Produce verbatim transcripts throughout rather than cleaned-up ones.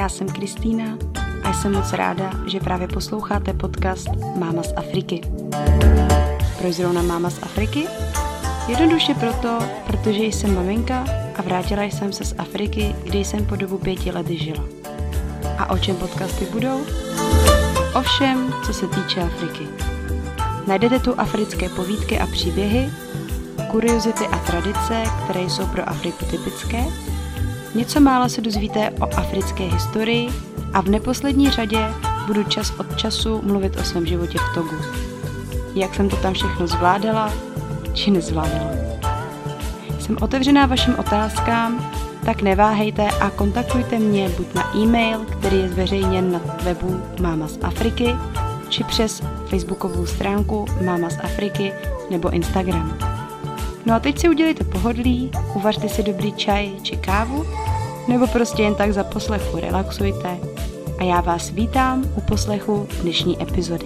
Já jsem Kristýna a jsem moc ráda, že právě posloucháte podcast Máma z Afriky. Proč zrovna Máma z Afriky? Jednoduše proto, protože jsem maminka a vrátila jsem se z Afriky, kde jsem po dobu pěti let žila. A o čem podcasty budou? O všem, co se týče Afriky. Najdete tu africké povídky a příběhy, kuriozity a tradice, které jsou pro Afriku typické. Něco málo se dozvíte o africké historii a v neposlední řadě budu čas od času mluvit o svém životě v Togu. Jak jsem to tam všechno zvládala, či nezvládala. Jsem otevřená vašim otázkám, tak neváhejte a kontaktujte mě buď na e-mail, který je zveřejněn na webu Máma z Afriky, či přes facebookovou stránku Máma z Afriky nebo Instagram. No a teď si udělejte pohodlí, uvařte si dobrý čaj či kávu, nebo prostě jen tak za poslechu relaxujte a já vás vítám u poslechu dnešní epizody.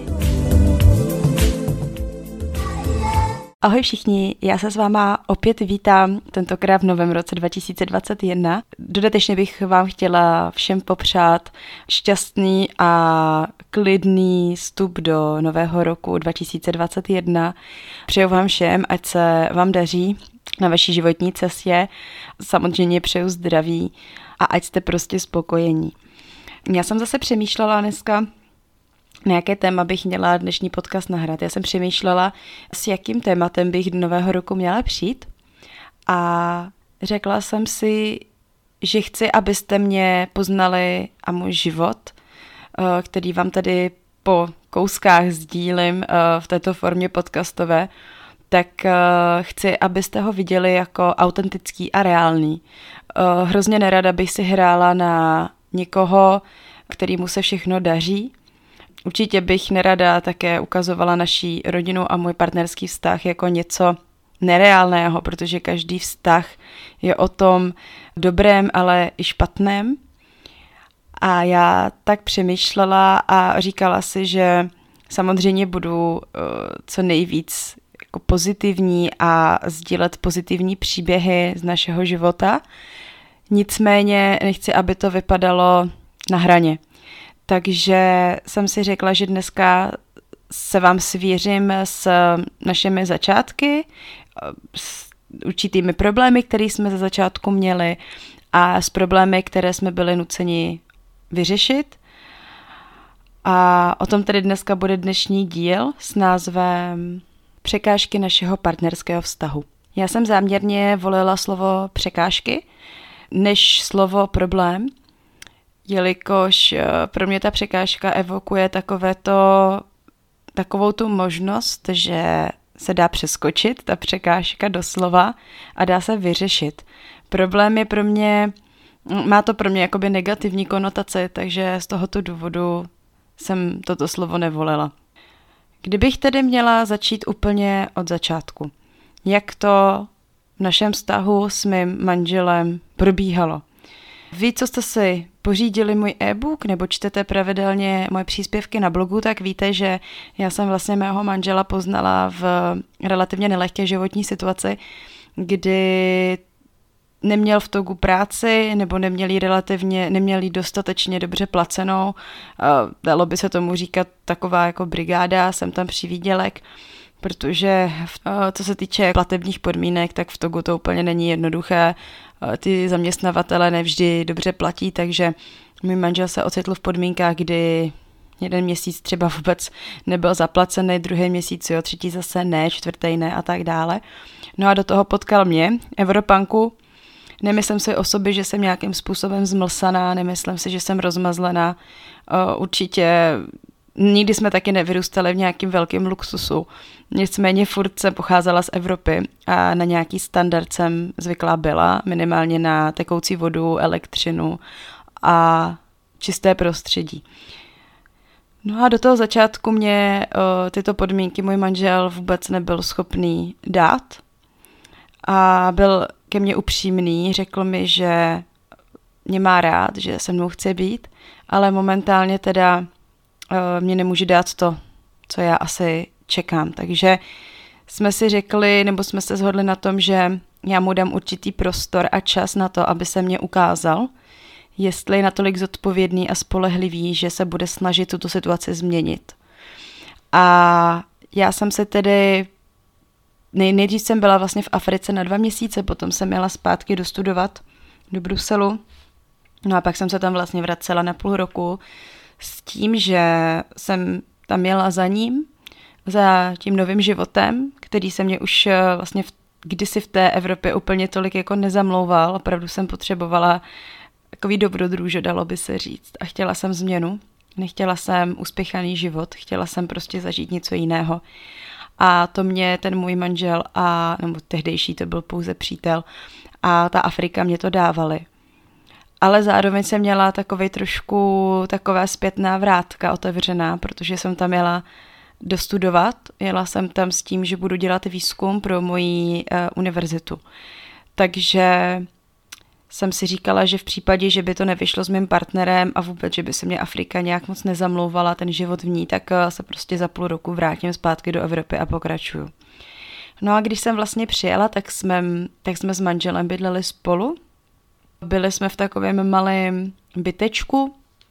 Ahoj všichni, já se s váma opět vítám, tentokrát v novém roce dva tisíce dvacet jedna. Dodatečně bych vám chtěla všem popřát šťastný a klidný vstup do nového roku dva tisíce dvacet jedna. Přeju vám všem, ať se vám daří na vaší životní cestě. Samozřejmě přeju zdraví a ať jste prostě spokojení. Já jsem zase přemýšlela dneska, na jaké téma bych měla dnešní podcast nahrát. Já jsem přemýšlela, s jakým tématem bych do nového roku měla přijít a řekla jsem si, že chci, abyste mě poznali a můj život, který vám tady po kouskách sdílím v této formě podcastové, tak chci, abyste ho viděli jako autentický a reálný. Hrozně nerada bych si hrála na někoho, kterému se všechno daří. Určitě bych nerada také ukazovala naší rodinu a můj partnerský vztah jako něco nereálného, protože každý vztah je o tom dobrém, ale i špatném. A já tak přemýšlela a říkala si, že samozřejmě budu uh, co nejvíc jako pozitivní a sdílet pozitivní příběhy z našeho života. Nicméně nechci, aby to vypadalo na hraně. Takže jsem si řekla, že dneska se vám svěřím s našimi začátky, s určitými problémy, které jsme ze začátku měli a s problémy, které jsme byli nuceni vyřešit. A o tom tedy dneska bude dnešní díl s názvem Překážky našeho partnerského vztahu. Já jsem záměrně volila slovo překážky než slovo problém, jelikož pro mě ta překážka evokuje takovéto, takovou tu možnost, že se dá přeskočit ta překážka doslova a dá se vyřešit. Problém je pro mě, má to pro mě jakoby negativní konotace, takže z tohoto důvodu jsem toto slovo nevolila. Kdybych tedy měla začít úplně od začátku, jak to v našem vztahu s mým manželem probíhalo. Vy, co jste si pořídili můj e-book nebo čtete pravidelně moje příspěvky na blogu, tak víte, že já jsem vlastně mého manžela poznala v relativně nelehké životní situaci, kdy neměl v Togu práci nebo neměl jí relativně, neměl jí dostatečně dobře placenou. Dalo by se tomu říkat taková jako brigáda, jsem tam při výdělek, protože co se týče platebních podmínek, tak v Togu to úplně není jednoduché. Ty zaměstnavatele nevždy dobře platí, takže můj manžel se ocitl v podmínkách, kdy jeden měsíc třeba vůbec nebyl zaplacený, druhý měsíc jo, třetí zase ne, čtvrtý ne a tak dále. No a do toho potkal mě, Evropanku. Nemyslím si o sobě, že jsem nějakým způsobem zmlsaná, nemyslím si, že jsem rozmazlená. Určitě nikdy jsme taky nevyrůstali v nějakým velkým luxusu. Nicméně furt jsem pocházela z Evropy a na nějaký standard jsem zvyklá byla, minimálně na tekoucí vodu, elektřinu a čisté prostředí. No a do toho začátku mě o, tyto podmínky můj manžel vůbec nebyl schopný dát a byl ke mně upřímný, řekl mi, že mě má rád, že se mnou chce být, ale momentálně teda o, mě nemůže dát to, co já asi čekám. Takže jsme si řekli, nebo jsme se shodli na tom, že já mu dám určitý prostor a čas na to, aby se mě ukázal, jestli je natolik zodpovědný a spolehlivý, že se bude snažit tuto situaci změnit. A já jsem se tedy, nej, nejdřív jsem byla vlastně v Africe na dva měsíce, potom jsem jela zpátky dostudovat do Bruselu. No a pak jsem se tam vlastně vracela na půl roku s tím, že jsem tam jela za ním, za tím novým životem, který se mě už vlastně v, kdysi v té Evropě úplně tolik jako nezamlouval. Opravdu jsem potřebovala takový dobrodruž, dalo by se říct. A chtěla jsem změnu. Nechtěla jsem uspěchaný život, chtěla jsem prostě zažít něco jiného. A to mě ten můj manžel a, nebo tehdejší to byl pouze přítel, a ta Afrika mě to dávali. Ale zároveň jsem měla takovej trošku taková zpětná vrátka otevřená, protože jsem tam jela dostudovat. Jela jsem tam s tím, že budu dělat výzkum pro moji uh, univerzitu. Takže jsem si říkala, že v případě, že by to nevyšlo s mým partnerem a vůbec, že by se mě Afrika nějak moc nezamlouvala, ten život v ní, tak uh, se prostě za půl roku vrátím zpátky do Evropy a pokračuju. No a když jsem vlastně přijela, tak jsme, tak jsme s manželem bydleli spolu. Byli jsme v takovém malém bytečku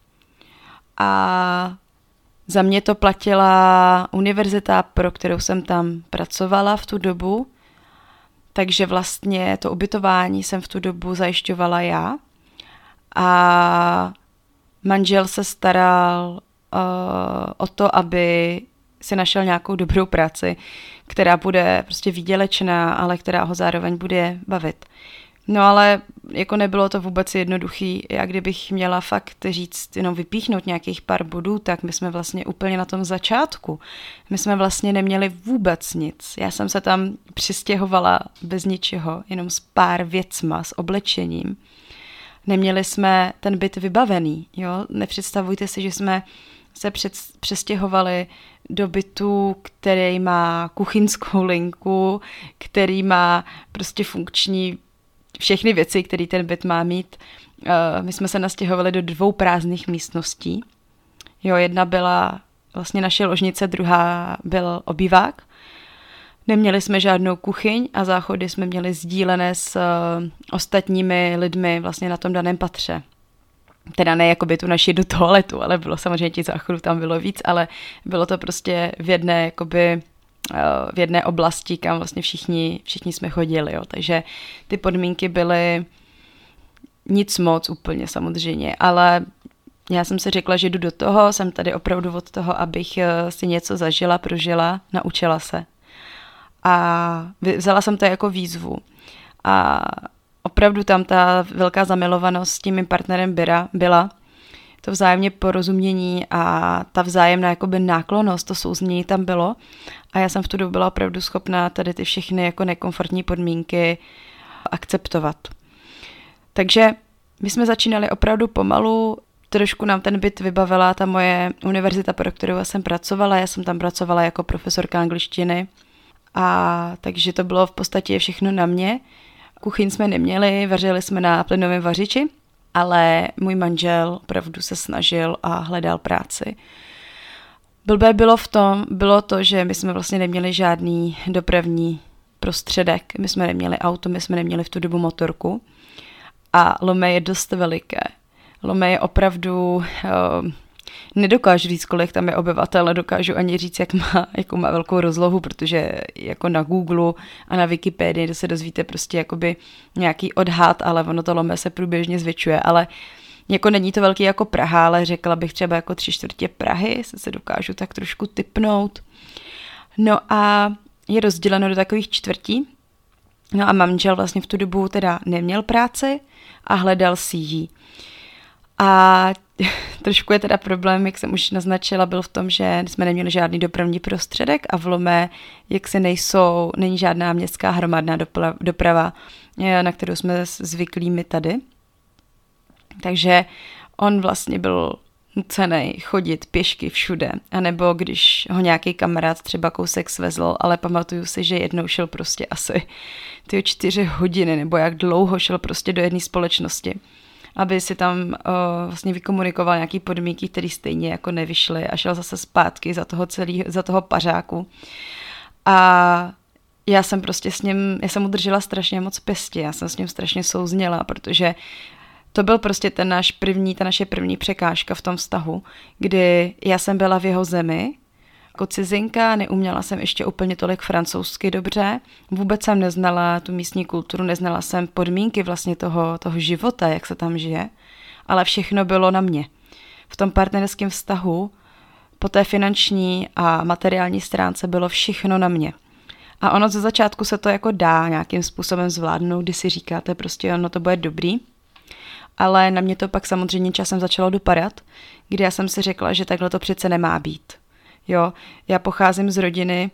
a za mě to platila univerzita, pro kterou jsem tam pracovala v tu dobu, takže vlastně to ubytování jsem v tu dobu zajišťovala já a manžel se staral uh, o to, aby si našel nějakou dobrou práci, která bude prostě výdělečná, ale která ho zároveň bude bavit. No ale jako nebylo to vůbec jednoduchý. Já kdybych měla fakt říct, jenom vypíchnout nějakých pár bodů, tak my jsme vlastně úplně na tom začátku. My jsme vlastně neměli vůbec nic. Já jsem se tam přistěhovala bez ničeho, jenom s pár věcma, s oblečením. Neměli jsme ten byt vybavený. Jo? Nepředstavujte si, že jsme se před, přestěhovali do bytu, který má kuchyňskou linku, který má prostě funkční všechny věci, které ten byt má mít. My jsme se nastěhovali do dvou prázdných místností. Jo, jedna byla vlastně naše ložnice, druhá byl obývák. Neměli jsme žádnou kuchyň a záchody jsme měli sdílené s ostatními lidmi vlastně na tom daném patře. Teda ne jako by tu naši jednu toaletu, ale bylo samozřejmě těch záchodů, tam bylo víc, ale bylo to prostě v jedné jakoby v jedné oblasti, kam vlastně všichni, všichni jsme chodili. Jo. Takže ty podmínky byly nic moc úplně samozřejmě, ale já jsem si řekla, že jdu do toho, jsem tady opravdu od toho, abych si něco zažila, prožila, naučila se. A vzala jsem to jako výzvu. A opravdu tam ta velká zamilovanost s tím mým partnerem byla, byla to vzájemně porozumění a ta vzájemná jakoby náklonnost, to souznění tam bylo. A já jsem v tu dobu byla opravdu schopná tady ty všechny jako nekomfortní podmínky akceptovat. Takže my jsme začínali opravdu pomalu, trošku nám ten byt vybavila ta moje univerzita, pro kterou jsem pracovala. Já jsem tam pracovala jako profesorka angličtiny a takže to bylo v podstatě všechno na mě. Kuchyň jsme neměli, vařili jsme na plynovém vařiči, ale můj manžel opravdu se snažil a hledal práci. Blbé bylo v tom, bylo to, že my jsme vlastně neměli žádný dopravní prostředek, my jsme neměli auto, my jsme neměli v tu dobu motorku a Lomé je dost veliké. Lomé je opravdu, uh, nedokážu říct, kolik tam je obyvatel, nedokážu ani říct, jak má, jakou má velkou rozlohu, protože jako na Google a na Wikipedii se dozvíte prostě jakoby nějaký odhad, ale ono to Lomé se průběžně zvětšuje, ale jako není to velký jako Praha, ale řekla bych třeba jako tři čtvrtě Prahy, se se dokážu tak trošku tipnout. No a je rozděleno do takových čtvrtí. No a manžel vlastně v tu dobu teda neměl práci a hledal si ji. A trošku je teda problém, jak jsem už naznačila, byl v tom, že jsme neměli žádný dopravní prostředek a v Lomé, jak se nejsou, není žádná městská hromadná doprava, na kterou jsme zvyklí my tady. Takže on vlastně byl nucený chodit pěšky všude, anebo když ho nějaký kamarád třeba kousek svezl, ale pamatuju si, že jednou šel prostě asi ty čtyři hodiny, nebo jak dlouho šel prostě do jedné společnosti, aby si tam uh, vlastně vykomunikoval nějaký podmínky, které stejně jako nevyšly a šel zase zpátky za toho celý, za toho pařáku. A já jsem prostě s ním, já jsem mu držela strašně moc pěstí, já jsem s ním strašně souzněla, protože to byl prostě ten náš první, ta naše první překážka v tom vztahu, kdy já jsem byla v jeho zemi, jako cizinka, neuměla jsem ještě úplně tolik francouzsky dobře, vůbec jsem neznala tu místní kulturu, neznala jsem podmínky vlastně toho, toho života, jak se tam žije, ale všechno bylo na mě. V tom partnerském vztahu po té finanční a materiální stránce bylo všechno na mě. A ono ze začátku se to jako dá nějakým způsobem zvládnout, kdy si říkáte prostě, ono to bude dobrý, ale na mě to pak samozřejmě časem začalo dopadat, kdy já jsem si řekla, že takhle to přece nemá být. Jo, já pocházím z rodiny,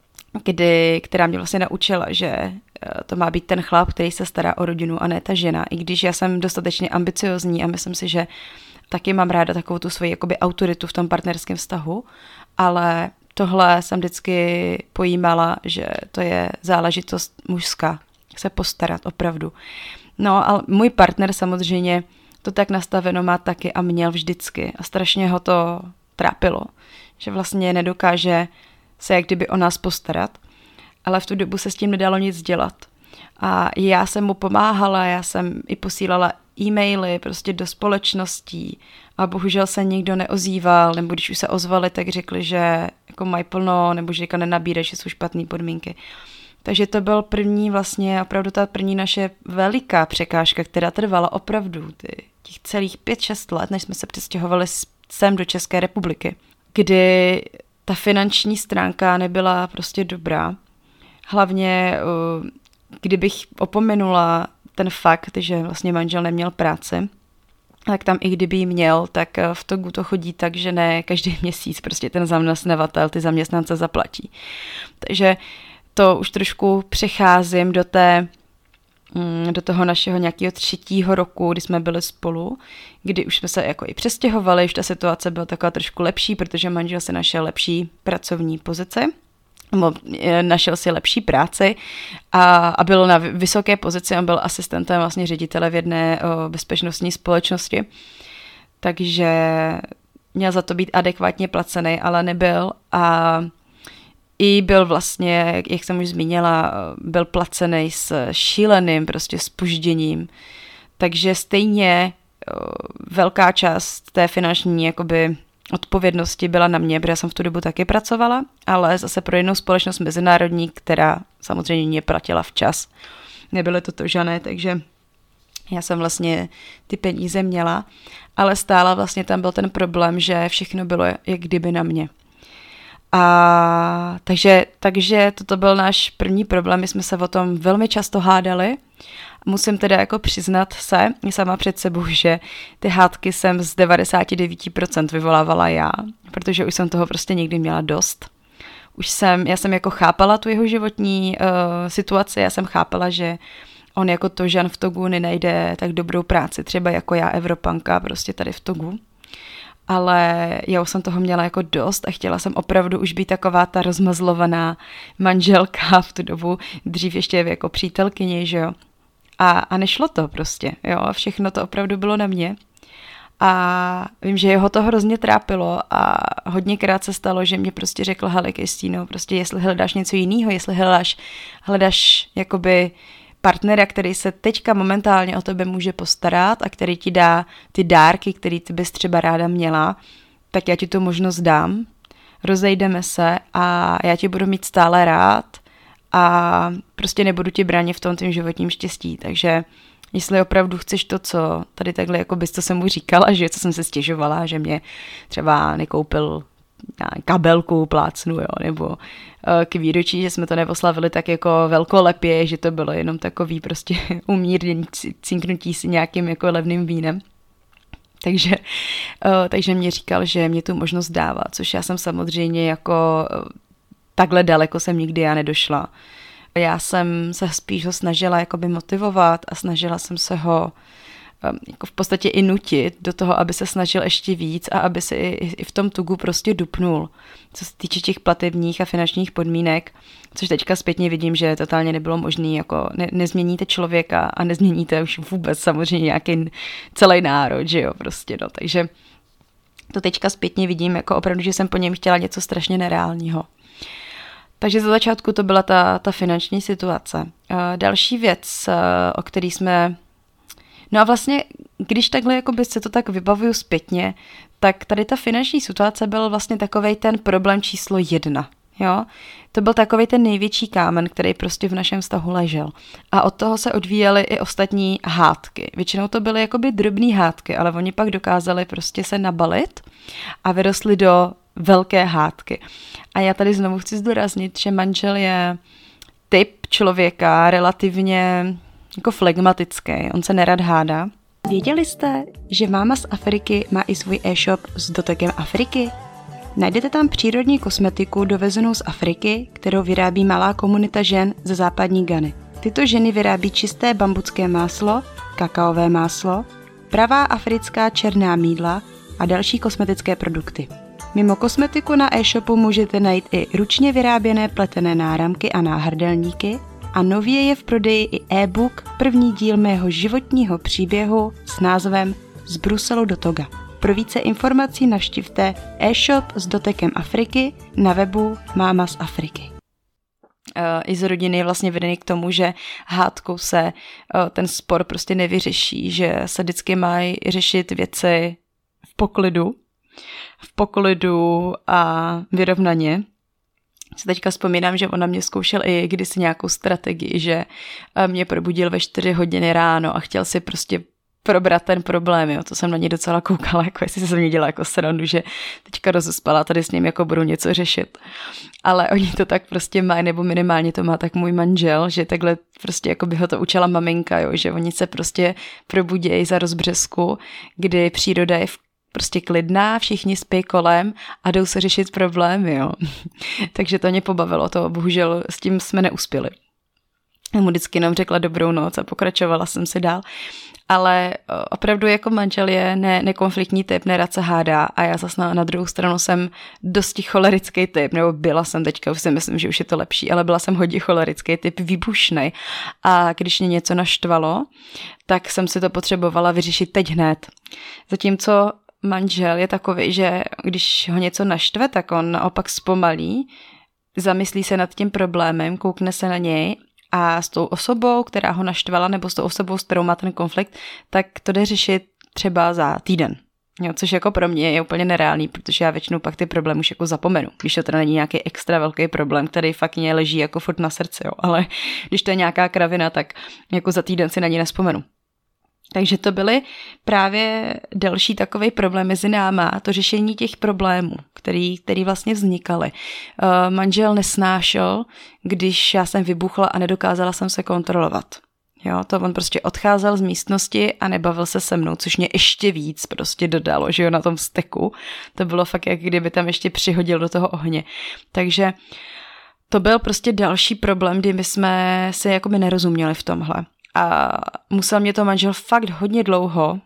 kdy, která mě vlastně naučila, že to má být ten chlap, který se stará o rodinu a ne ta žena. I když já jsem dostatečně ambiciozní a myslím si, že taky mám ráda takovou tu svoji jakoby autoritu v tom partnerském vztahu, ale tohle jsem vždycky pojímala, že to je záležitost mužská, se postarat opravdu. No a můj partner samozřejmě to tak nastaveno má taky a měl vždycky a strašně ho to trápilo, že vlastně nedokáže se jak kdyby o nás postarat, ale v tu dobu se s tím nedalo nic dělat. A já jsem mu pomáhala, já jsem i posílala e-maily prostě do společností a bohužel se nikdo neozýval, nebo když už se ozvali, tak řekli, že jako mají plno, nebo že nenabírají, že jsou špatné podmínky. Takže to byl první vlastně, opravdu ta první naše veliká překážka, která trvala opravdu ty, těch celých pět šest let, než jsme se přestěhovali sem do České republiky, kdy ta finanční stránka nebyla prostě dobrá. Hlavně, kdybych opomenula ten fakt, že vlastně manžel neměl práci, tak tam i kdyby ji měl, tak v Togu to chodí tak, že ne každý měsíc prostě ten zaměstnavatel ty zaměstnance zaplatí. Takže to už trošku přecházím do té, do toho našeho nějakého třetího roku, kdy jsme byli spolu, kdy už jsme se jako i přestěhovali, už ta situace byla taková trošku lepší, protože manžel si našel lepší pracovní pozici, našel si lepší práci a, a byl na vysoké pozici, on byl asistentem vlastně ředitele v jedné o, bezpečnostní společnosti, takže měl za to být adekvátně placený, ale nebyl a i byl vlastně, jak jsem už zmínila, byl placený s šíleným prostě zpožděním, takže stejně o, velká část té finanční jakoby odpovědnosti byla na mě, protože já jsem v tu dobu taky pracovala, ale zase pro jednou společnost mezinárodní, která samozřejmě mě platila včas. Nebyly to tožané, takže já jsem vlastně ty peníze měla, ale stále vlastně tam byl ten problém, že všechno bylo jak kdyby na mě. A takže, takže toto byl náš první problém, my jsme se o tom velmi často hádali. Musím teda jako přiznat se sama před sebou, že ty hádky jsem z devadesát devět procent vyvolávala já, protože už jsem toho prostě někdy měla dost. Už jsem, já jsem jako chápala tu jeho životní uh, situaci, já jsem chápala, že on jako Tožan v Togu nenajde tak dobrou práci, třeba jako já Evropanka prostě tady v Togu. Ale já už jsem toho měla jako dost a chtěla jsem opravdu už být taková ta rozmazlovaná manželka v tu dobu, dřív ještě jako přítelkyně, že jo. A, a nešlo to prostě, jo, všechno to opravdu bylo na mě. A vím, že jeho to hrozně trápilo a hodněkrát se stalo, že mě prostě řekl, hele Kristýno, prostě jestli hledáš něco jiného, jestli hledáš, hledáš jakoby partnera, který se teďka momentálně o tebe může postarat a který ti dá ty dárky, který ty bys třeba ráda měla, tak já ti tu možnost dám, rozejdeme se a já tě budu mít stále rád a prostě nebudu ti bránit v tom tvým životním štěstí, takže jestli opravdu chceš to, co tady takhle, jako bys to jsem mu říkala, že co jsem se stěžovala, že mě třeba nekoupil kabelku plácnu, jo, nebo k výročí, že jsme to neoslavili tak jako velkolepě, že to bylo jenom takový prostě umírnění, cinknutí si nějakým jako levným vínem. Takže, takže mě říkal, že mě tu možnost dává, což já jsem samozřejmě jako takhle daleko jsem nikdy já nedošla. Já jsem se spíš ho snažila jakoby motivovat a snažila jsem se ho jako v podstatě i nutit do toho, aby se snažil ještě víc a aby se i, i v tom Tugu prostě dupnul. Co se týče těch platebních a finančních podmínek, což teďka zpětně vidím, že totálně nebylo možné, jako ne, nezměníte člověka a nezměníte už vůbec samozřejmě nějaký celý národ, že jo, prostě, no, takže to teďka zpětně vidím, jako opravdu, že jsem po něm chtěla něco strašně nereálního. Takže za začátku to byla ta, ta finanční situace. Další věc, o který jsme No a vlastně, když takhle jakoby se to tak vybavuju zpětně, tak tady ta finanční situace byl vlastně takovej ten problém číslo jedna. Jo? To byl takovej ten největší kámen, který prostě v našem vztahu ležel. A od toho se odvíjely i ostatní hádky. Většinou to byly jakoby drobný hádky, ale oni pak dokázali prostě se nabalit a vyrostli do velké hádky. A já tady znovu chci zdůraznit, že manžel je typ člověka relativně jako flegmatický. On se nerad hádá. Věděli jste, že máma z Afriky má i svůj e-shop s dotekem Afriky? Najdete tam přírodní kosmetiku dovezenou z Afriky, kterou vyrábí malá komunita žen ze západní Ghany. Tyto ženy vyrábí čisté bambucké máslo, kakaové máslo, pravá africká černá mýdla a další kosmetické produkty. Mimo kosmetiku na e-shopu můžete najít i ručně vyráběné pletené náramky a náhrdelníky a nově je v prodeji i e-book první díl mého životního příběhu s názvem Z Bruselu do Toga. Pro více informací navštivte e-shop s dotekem Afriky na webu Máma z Afriky. I z rodiny je vlastně vedený k tomu, že hádkou se ten spor prostě nevyřeší, že se vždycky mají řešit věci v poklidu, v poklidu a vyrovnaně. Si teďka vzpomínám, že on na mě zkoušel i kdysi nějakou strategii, že mě probudil ve čtyři hodiny ráno a chtěl si prostě probrat ten problém, jo. To jsem na něj docela koukala, jako jestli se mě dělá jako srandu, že teďka rozespala, tady s ním jako budu něco řešit. Ale oni to tak prostě mají, nebo minimálně to má tak můj manžel, že takhle prostě jako by ho to učila maminka, jo, že oni se prostě probudějí za rozbřesku, kdy příroda je v prostě klidná, všichni spí kolem a jdou se řešit problémy, jo. Takže to mě pobavilo, to bohužel s tím jsme neuspěli. Já mu vždycky jenom řekla dobrou noc a pokračovala jsem si dál. Ale opravdu jako manžel je ne, nekonfliktní typ, nerad se hádá a já zase na, na druhou stranu jsem dosti cholerický typ, nebo byla jsem teďka, už si myslím, že už je to lepší, ale byla jsem hodně cholerický typ, výbušnej a když mě něco naštvalo, tak jsem si to potřebovala vyřešit teď hned. Zatímco manžel je takový, že když ho něco naštve, tak on naopak zpomalí, zamyslí se nad tím problémem, koukne se na něj a s tou osobou, která ho naštvala, nebo s tou osobou, s kterou má ten konflikt, tak to jde řešit třeba za týden. Jo, což jako pro mě je úplně nereálný, protože já většinou pak ty problémy už jako zapomenu. Když to teda není nějaký extra velký problém, který fakt mě leží jako furt na srdci, jo. Ale když to je nějaká kravina, tak jako za týden si na ní nespomenu. Takže to byly právě další takový problém mezi náma, to řešení těch problémů, který, který vlastně vznikaly. Uh, manžel nesnášel, když já jsem vybuchla a nedokázala jsem se kontrolovat. Jo, to on prostě odcházel z místnosti a nebavil se se mnou, což mě ještě víc prostě dodalo, že jo, na tom steku. To bylo fakt, jak kdyby tam ještě přihodil do toho ohně. Takže to byl prostě další problém, kdy my jsme se jakoby nerozuměli v tomhle. A musel mě to manžel fakt hodně dlouho,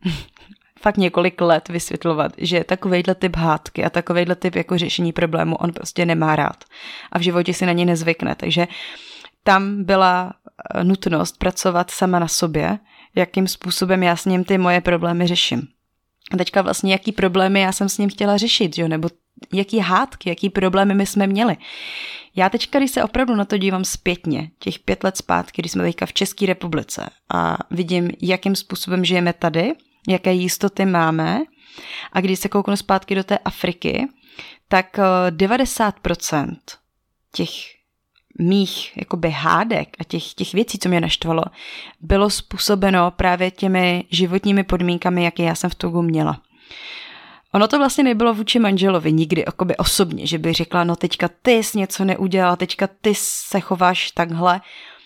fakt několik let vysvětlovat, že takovejhle typ hádky a takovejhle typ jako řešení problému on prostě nemá rád. A v životě si na něj nezvykne. Takže tam byla nutnost pracovat sama na sobě, jakým způsobem já s ním ty moje problémy řeším. A teďka vlastně jaký problémy já jsem s ním chtěla řešit, jo? Nebo jaký hádky, jaký problémy my jsme měli. Já teďka, když se opravdu na to dívám zpětně, těch pět let zpátky, když jsme teďka v České republice a vidím, jakým způsobem žijeme tady, jaké jistoty máme a když se kouknu zpátky do té Afriky, tak devadesát procent těch mých jakoby hádek a těch, těch věcí, co mě naštvalo, bylo způsobeno právě těmi životními podmínkami, jaké já jsem v Togu měla. Ono to vlastně nebylo vůči manželovi nikdy jakoby osobně, že by řekla, no teďka ty jsi něco neudělala, teďka ty se chováš takhle.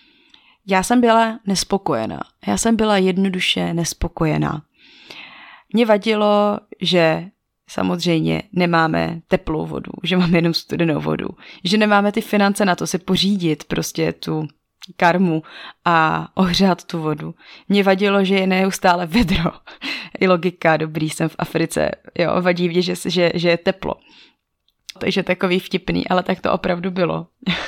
Já jsem byla nespokojená. Já jsem byla jednoduše nespokojená. Mně vadilo, že samozřejmě nemáme teplou vodu, že máme jenom studenou vodu, že nemáme ty finance na to si pořídit prostě tu karmu a ohřát tu vodu. Mně vadilo, že je neustále vedro. I logika, dobrý, jsem v Africe, jo, vadí mě, že, že, že je teplo. Takže takový vtipný, ale tak to opravdu bylo.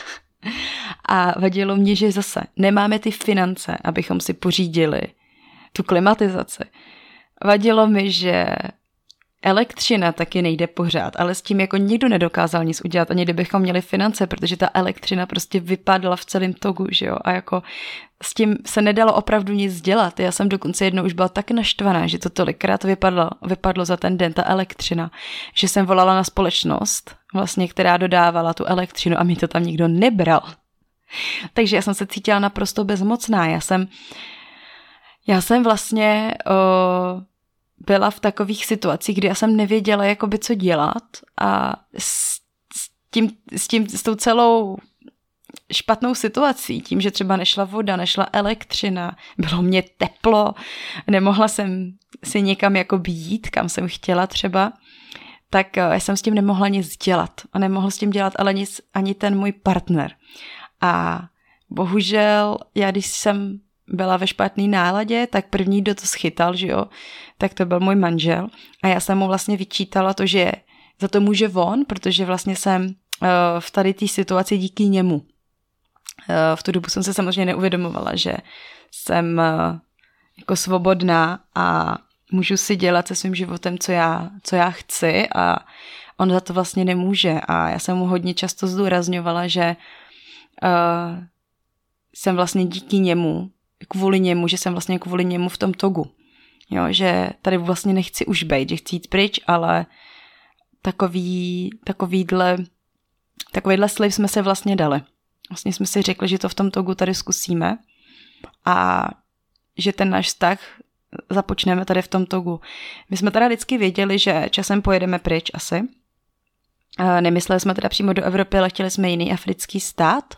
A vadilo mě, že zase nemáme ty finance, abychom si pořídili tu klimatizaci. Vadilo mi, že elektřina taky nejde pořád, ale s tím jako nikdo nedokázal nic udělat, ani kdybychom měli finance, protože ta elektřina prostě vypadla v celém Togu, že jo, a jako s tím se nedalo opravdu nic dělat. Já jsem dokonce jednou už byla tak naštvaná, že to tolikrát vypadlo, vypadlo za ten den ta elektřina, že jsem volala na společnost, vlastně, která dodávala tu elektřinu a mi to tam nikdo nebral. Takže já jsem se cítila naprosto bezmocná. Já jsem, já jsem vlastně o, byla v takových situacích, kdy já jsem nevěděla, jakoby, co dělat a s, s, tím, s, tím, s tou celou špatnou situací, tím, že třeba nešla voda, nešla elektřina, bylo mě teplo, nemohla jsem si někam jakoby jít, kam jsem chtěla třeba, tak já jsem s tím nemohla nic dělat a nemohl s tím dělat ale nic ani ten můj partner. A bohužel, já když jsem byla ve špatné náladě, tak první, kdo to schytal, že jo, tak to byl můj manžel a já jsem mu vlastně vyčítala to, že za to může on, protože vlastně jsem uh, v tady té situaci díky němu. Uh, v tu dobu jsem se samozřejmě neuvědomovala, že jsem uh, jako svobodná a můžu si dělat se svým životem, co já, co já chci a on za to vlastně nemůže a já jsem mu hodně často zdůrazňovala, že uh, jsem vlastně díky němu, kvůli němu, že jsem vlastně kvůli němu v tom Togu. Jo, že tady vlastně nechci už bejt, že chci jít pryč, ale takový, takovýhle, takovýhle slib jsme se vlastně dali. Vlastně jsme si řekli, že to v tom Togu tady zkusíme a že ten náš vztah započneme tady v tom Togu. My jsme teda vždycky věděli, že časem pojedeme pryč asi. Nemysleli jsme teda přímo do Evropy, ale chtěli jsme jiný africký stát,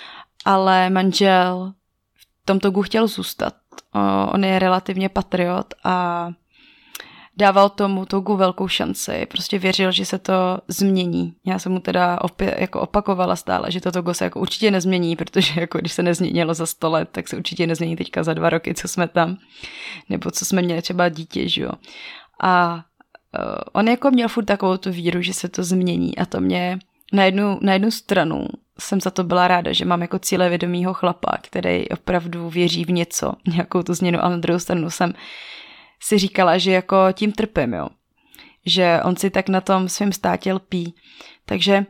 ale manžel v tom Togu chtěl zůstat. On je relativně patriot a dával tomu Togu velkou šanci. Prostě věřil, že se to změní. Já jsem mu teda opět jako opakovala stále, že to Togo se jako určitě nezmění, protože jako když se nezměnilo za sto let, tak se určitě nezmění teďka za dva roky, co jsme tam. Nebo co jsme měli třeba dítě, že jo. A uh, on jako měl furt takovou tu víru, že se to změní a to mě na jednu, na jednu stranu jsem za to byla ráda, že mám jako cílevědomýho chlapa, který opravdu věří v něco, nějakou tu změnu, ale na druhou stranu jsem si říkala, že jako tím trpím, jo. Že on si tak na tom svém státě lpí. Takže,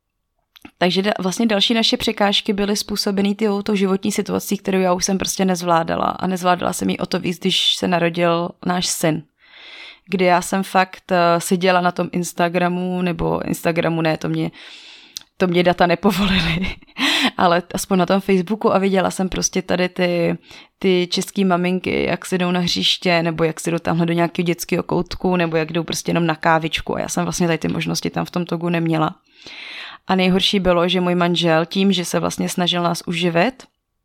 takže vlastně další naše překážky byly způsobený tou, tou životní situací, kterou já už jsem prostě nezvládala. A nezvládala jsem ji o to víc, když se narodil náš syn. Kdy já jsem fakt seděla na tom Instagramu, nebo Instagramu ne, to mě, to mě data nepovolily, ale aspoň na tom Facebooku a viděla jsem prostě tady ty, ty český maminky, jak si jdou na hřiště, nebo jak si jdou tamhle do nějakého dětského koutku, nebo jak jdou prostě jenom na kávičku a já jsem vlastně tady ty možnosti tam v tom Togu neměla. A nejhorší bylo, že můj manžel tím, že se vlastně snažil nás uživit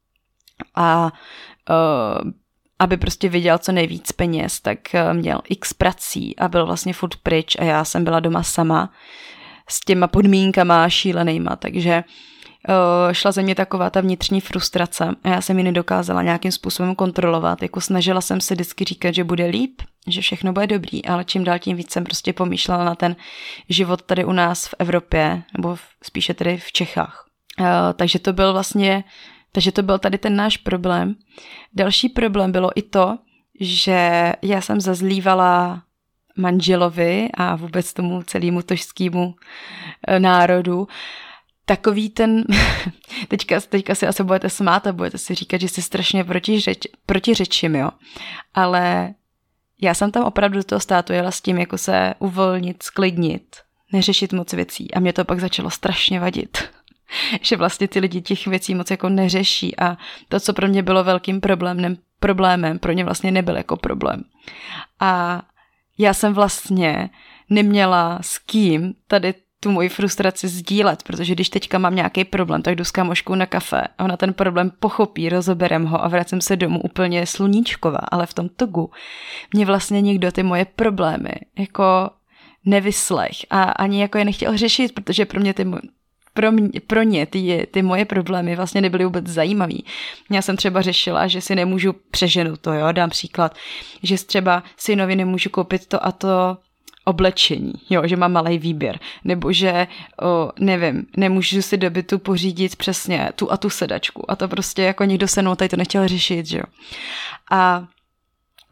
a uh, aby prostě vydělal co nejvíc peněz, tak měl x prací a byl vlastně furt pryč a já jsem byla doma sama s těma podmínkama šílenýma, takže uh, šla ze mě taková ta vnitřní frustrace a já jsem ji nedokázala nějakým způsobem kontrolovat, jako snažila jsem se vždycky říkat, že bude líp, že všechno bude dobrý, ale čím dál tím víc jsem prostě pomýšlela na ten život tady u nás v Evropě, nebo v, spíše tady v Čechách. Uh, takže to byl vlastně Takže to byl tady ten náš problém. Další problém bylo i to, že já jsem zazlívala manželovi a vůbec tomu celému tožskému národu takový ten, teďka, teďka si asi budete smát a budete si říkat, že si strašně protiřeč, protiřečím, jo. Ale já jsem tam opravdu do toho státu jela s tím, jako se uvolnit, sklidnit, neřešit moc věcí a mě to pak začalo strašně vadit. Že vlastně ty lidi těch věcí moc jako neřeší a to, co pro mě bylo velkým problémem, problémem pro ně vlastně nebyl jako problém. A já jsem vlastně neměla s kým tady tu moji frustraci sdílet, protože když teďka mám nějaký problém, tak jdu s kamoškou na kafe a ona ten problém pochopí, rozoberem ho a vracím se domů úplně sluníčková, ale v tom Togu mě vlastně nikdo ty moje problémy jako nevyslech a ani jako je nechtěl řešit, protože pro mě ty Pro, mě, pro ně ty, ty moje problémy vlastně nebyly vůbec zajímavý. Já jsem třeba řešila, že si nemůžu přeženu to, jo, dám příklad, že třeba synovi nemůžu koupit to a to oblečení, jo, že mám malý výběr, nebo že, o, nevím, nemůžu si do bytu pořídit přesně tu a tu sedačku a to prostě jako někdo se mnou tady to nechtěl řešit, že jo. A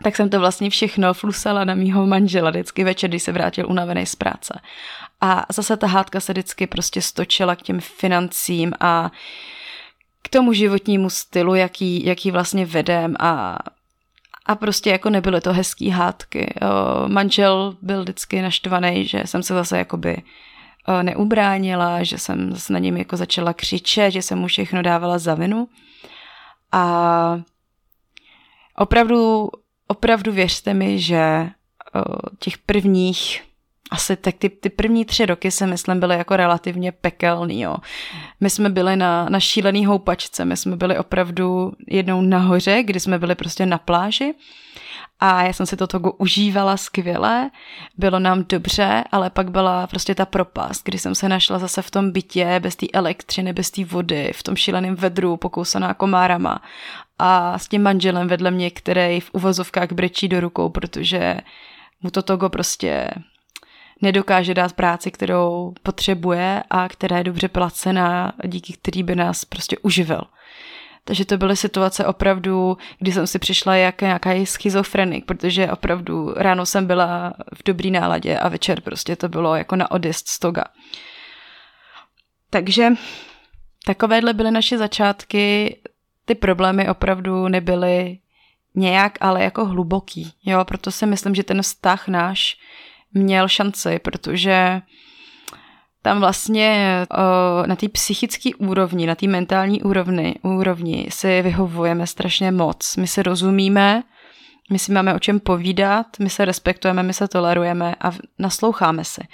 tak jsem to vlastně všechno flusala na mýho manžela vždycky večer, když se vrátil unavený z práce. A zase ta hádka se vždycky prostě stočila k těm financím a k tomu životnímu stylu, jaký, jaký vlastně vedem a, a prostě jako nebyly to hezký hádky. O, manžel byl vždycky naštvaný, že jsem se zase jakoby o, neubránila, že jsem zase na něm jako začala křičet, že jsem mu všechno dávala za vinu. A opravdu, opravdu věřte mi, že o, těch prvních asi tak ty, ty první tři roky se myslím byly jako relativně pekelný. Jo. My jsme byli na, na šílený houpačce, my jsme byli opravdu jednou nahoře, kdy jsme byli prostě na pláži a já jsem si to Togo užívala skvěle, bylo nám dobře, ale pak byla prostě ta propast, kdy jsem se našla zase v tom bytě bez té elektřiny, bez té vody, v tom šíleném vedru, pokousaná komárama a s tím manželem vedle mě, který v uvozovkách brečí do rukou, protože mu to Togo prostě nedokáže dát práci, kterou potřebuje a která je dobře placená, díky který by nás prostě uživil. Takže to byly situace opravdu, kdy jsem si přišla jak nějaký schizofrenik, protože opravdu ráno jsem byla v dobrý náladě a večer prostě to bylo jako na odjezd z Toga. Takže takovéhle byly naše začátky, ty problémy opravdu nebyly nějak, ale jako hluboký. Jo, proto si myslím, že ten vztah náš měl šanci, protože tam vlastně o, na té psychické úrovni, na té mentální úrovni, úrovni si vyhovujeme strašně moc. My si rozumíme, my si máme o čem povídat, my se respektujeme, my se tolerujeme a nasloucháme si.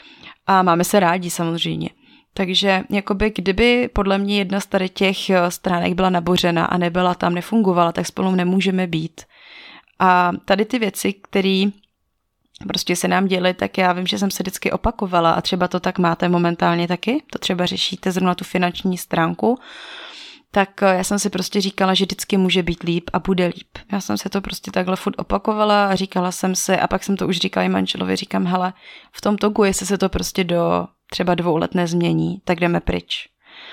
A máme se rádi samozřejmě. Takže jakoby kdyby podle mě jedna z tady těch stránek byla nabořena a nebyla tam, nefungovala, tak spolu nemůžeme být. A tady ty věci, které prostě se nám děly, tak já vím, že jsem se vždycky opakovala a třeba to tak máte momentálně taky, to třeba řešíte zrovna tu finanční stránku, tak já jsem si prostě říkala, že vždycky může být líp a bude líp. Já jsem se to prostě takhle furt opakovala a říkala jsem si, a pak jsem to už říkala i manželovi, říkám, hele, v tom Togu, jestli se to prostě do třeba dvou let nezmění, tak jdeme pryč.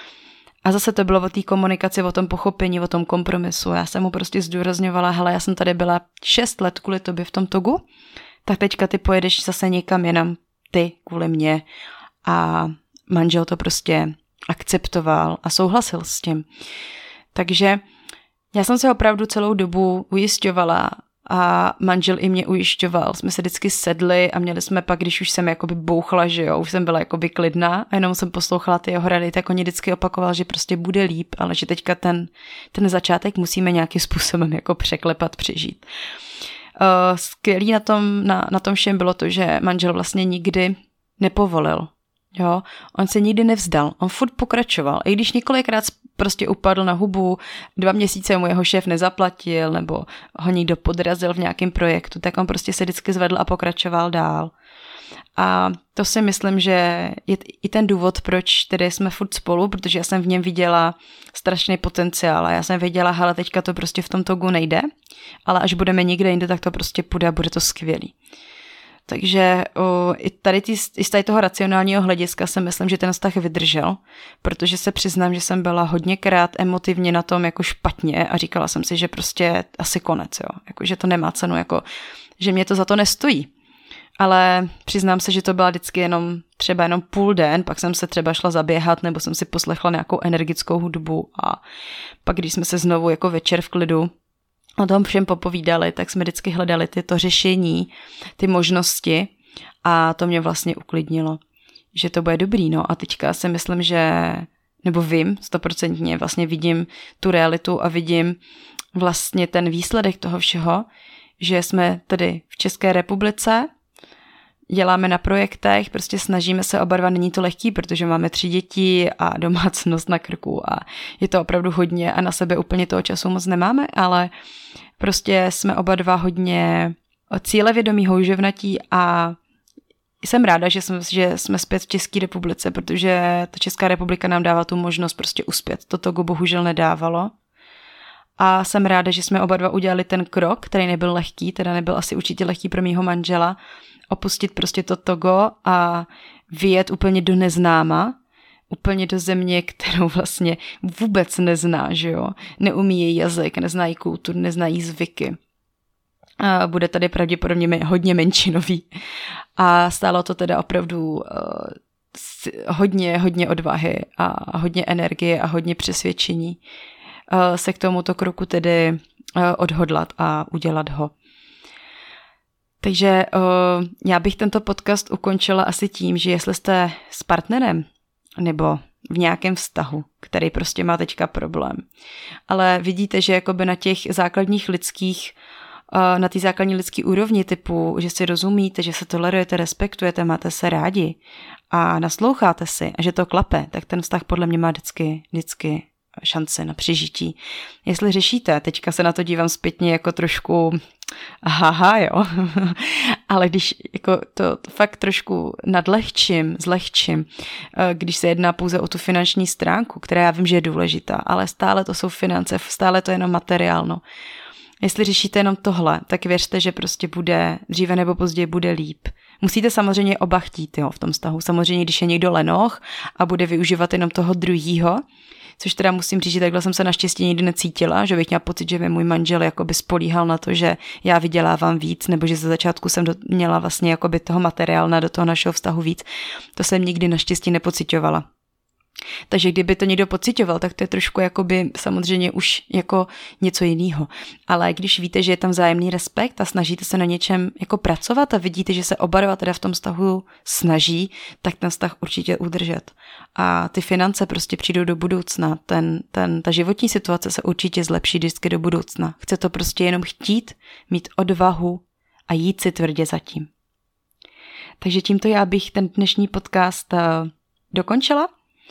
A zase to bylo o té komunikaci, o tom pochopení, o tom kompromisu. Já jsem mu prostě zdůrazňovala, hele, já jsem tady byla šest let kvůli tobě v tom Togu, tak teďka ty pojedeš zase někam jinam, ty kvůli mě. A manžel to prostě akceptoval a souhlasil s tím. Takže já jsem se opravdu celou dobu ujišťovala a manžel i mě ujišťoval. Jsme se vždycky sedli a měli jsme pak, když už jsem jakoby bouchla, že jo, už jsem byla jakoby klidná a jenom jsem poslouchala ty jeho rady, tak on vždycky opakoval, že prostě bude líp, ale že teďka ten, ten začátek musíme nějakým způsobem jako překlepat, přežít. Uh, skvělý na tom, na, na tom všem bylo to, že manžel vlastně nikdy nepovolil. Jo? On se nikdy nevzdal, on furt pokračoval. I když několikrát prostě upadl na hubu, dva měsíce mu jeho šéf nezaplatil nebo ho někdo podrazil v nějakém projektu, tak on prostě se vždycky zvedl a pokračoval dál. A to si myslím, že je i ten důvod, proč tedy jsme furt spolu, protože já jsem v něm viděla strašný potenciál a já jsem věděla, hele, teďka to prostě v tom Togu nejde, ale až budeme někde jinde, tak to prostě půjde a bude to skvělý. Takže o, i tady, tý, i z tady toho racionálního hlediska si myslím, že ten vztah vydržel, protože se přiznám, že jsem byla hodněkrát emotivně na tom jako špatně a říkala jsem si, že prostě asi konec, jo, jako, že to nemá cenu, jako, že mě to za to nestojí. Ale přiznám se, že to byla vždycky jenom třeba jenom půl den, pak jsem se třeba šla zaběhat nebo jsem si poslechla nějakou energickou hudbu a pak když jsme se znovu jako večer v klidu o tom všem popovídali, tak jsme vždycky hledali tyto řešení, ty možnosti a to mě vlastně uklidnilo, že to bude dobrý. No a teďka si myslím, že, nebo vím, stoprocentně vlastně vidím tu realitu a vidím vlastně ten výsledek toho všeho, že jsme tady v České republice, děláme na projektech, prostě snažíme se oba dva, není to lehký, protože máme tři děti a domácnost na krku a je to opravdu hodně a na sebe úplně toho času moc nemáme, ale prostě jsme oba dva hodně cílevědomí, houževnatí a jsem ráda, že jsme, že jsme zpět v České republice, protože ta Česká republika nám dává tu možnost prostě uspět. To Togo bohužel nedávalo. A jsem ráda, že jsme oba dva udělali ten krok, který nebyl lehký, teda nebyl asi určitě lehký pro mýho manžela, opustit prostě to Togo a vyjet úplně do neznáma, úplně do země, kterou vlastně vůbec nezná, že jo. Neumí její jazyk, nezná její kulturu, nezná její zvyky. A bude tady pravděpodobně hodně menšinový. A stálo to teda opravdu uh, hodně, hodně odvahy a hodně energie a hodně přesvědčení uh, se k tomuto kroku tedy uh, odhodlat a udělat ho. Takže uh, já bych tento podcast ukončila asi tím, že jestli jste s partnerem nebo v nějakém vztahu, který prostě má teďka problém, ale vidíte, že jakoby na těch základních lidských na té základní lidské úrovni typu, že si rozumíte, že se tolerujete, respektujete, máte se rádi a nasloucháte si a že to klape, tak ten vztah podle mě má vždycky, vždycky šance na přežití. Jestli řešíte, teďka se na to dívám zpětně jako trošku haha, jo, ale když jako to fakt trošku nadlehčím, zlehčím, když se jedná pouze o tu finanční stránku, která já vím, že je důležitá, ale stále to jsou finance, stále to je jenom materiálno. Jestli řešíte jenom tohle, tak věřte, že prostě bude, dříve nebo později bude líp. Musíte samozřejmě oba chtít, jo, v tom vztahu. Samozřejmě, když je někdo lenoch a bude využívat jenom toho druhýho, což teda musím říct, že takhle jsem se naštěstí nikdy necítila, že bych měla pocit, že by můj manžel jakoby spolíhal na to, že já vydělávám víc, nebo že ze začátku jsem do, měla vlastně jakoby toho materiálna do toho našeho vztahu víc. To jsem nikdy naštěstí nepocitovala. Takže kdyby to někdo pocitoval, tak to je trošku jakoby samozřejmě už jako něco jiného. Ale když víte, že je tam vzájemný respekt a snažíte se na něčem jako pracovat a vidíte, že se oba dva teda v tom vztahu snaží, tak ten vztah určitě udržet. A ty finance prostě přijdou do budoucna. Ten, ten, ta životní situace se určitě zlepší vždycky do budoucna. Chce to prostě jenom chtít, mít odvahu a jít si tvrdě za tím. Takže tímto já bych ten dnešní podcast dokončila.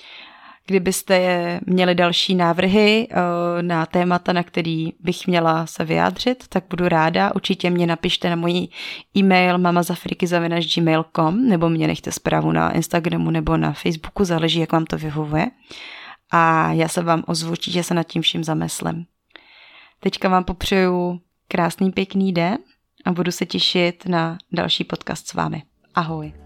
Kdybyste měli další návrhy na témata, na který bych měla se vyjádřit, tak budu ráda. Určitě mě napište na můj e-mail mamazafriky zavináč gmail tečka com nebo mě nechte zprávu na Instagramu nebo na Facebooku, záleží, jak vám to vyhovuje. A já se vám ozvu, určitě se nad tím vším zamyslím. Teďka vám popřeju krásný pěkný den a budu se těšit na další podcast s vámi. Ahoj.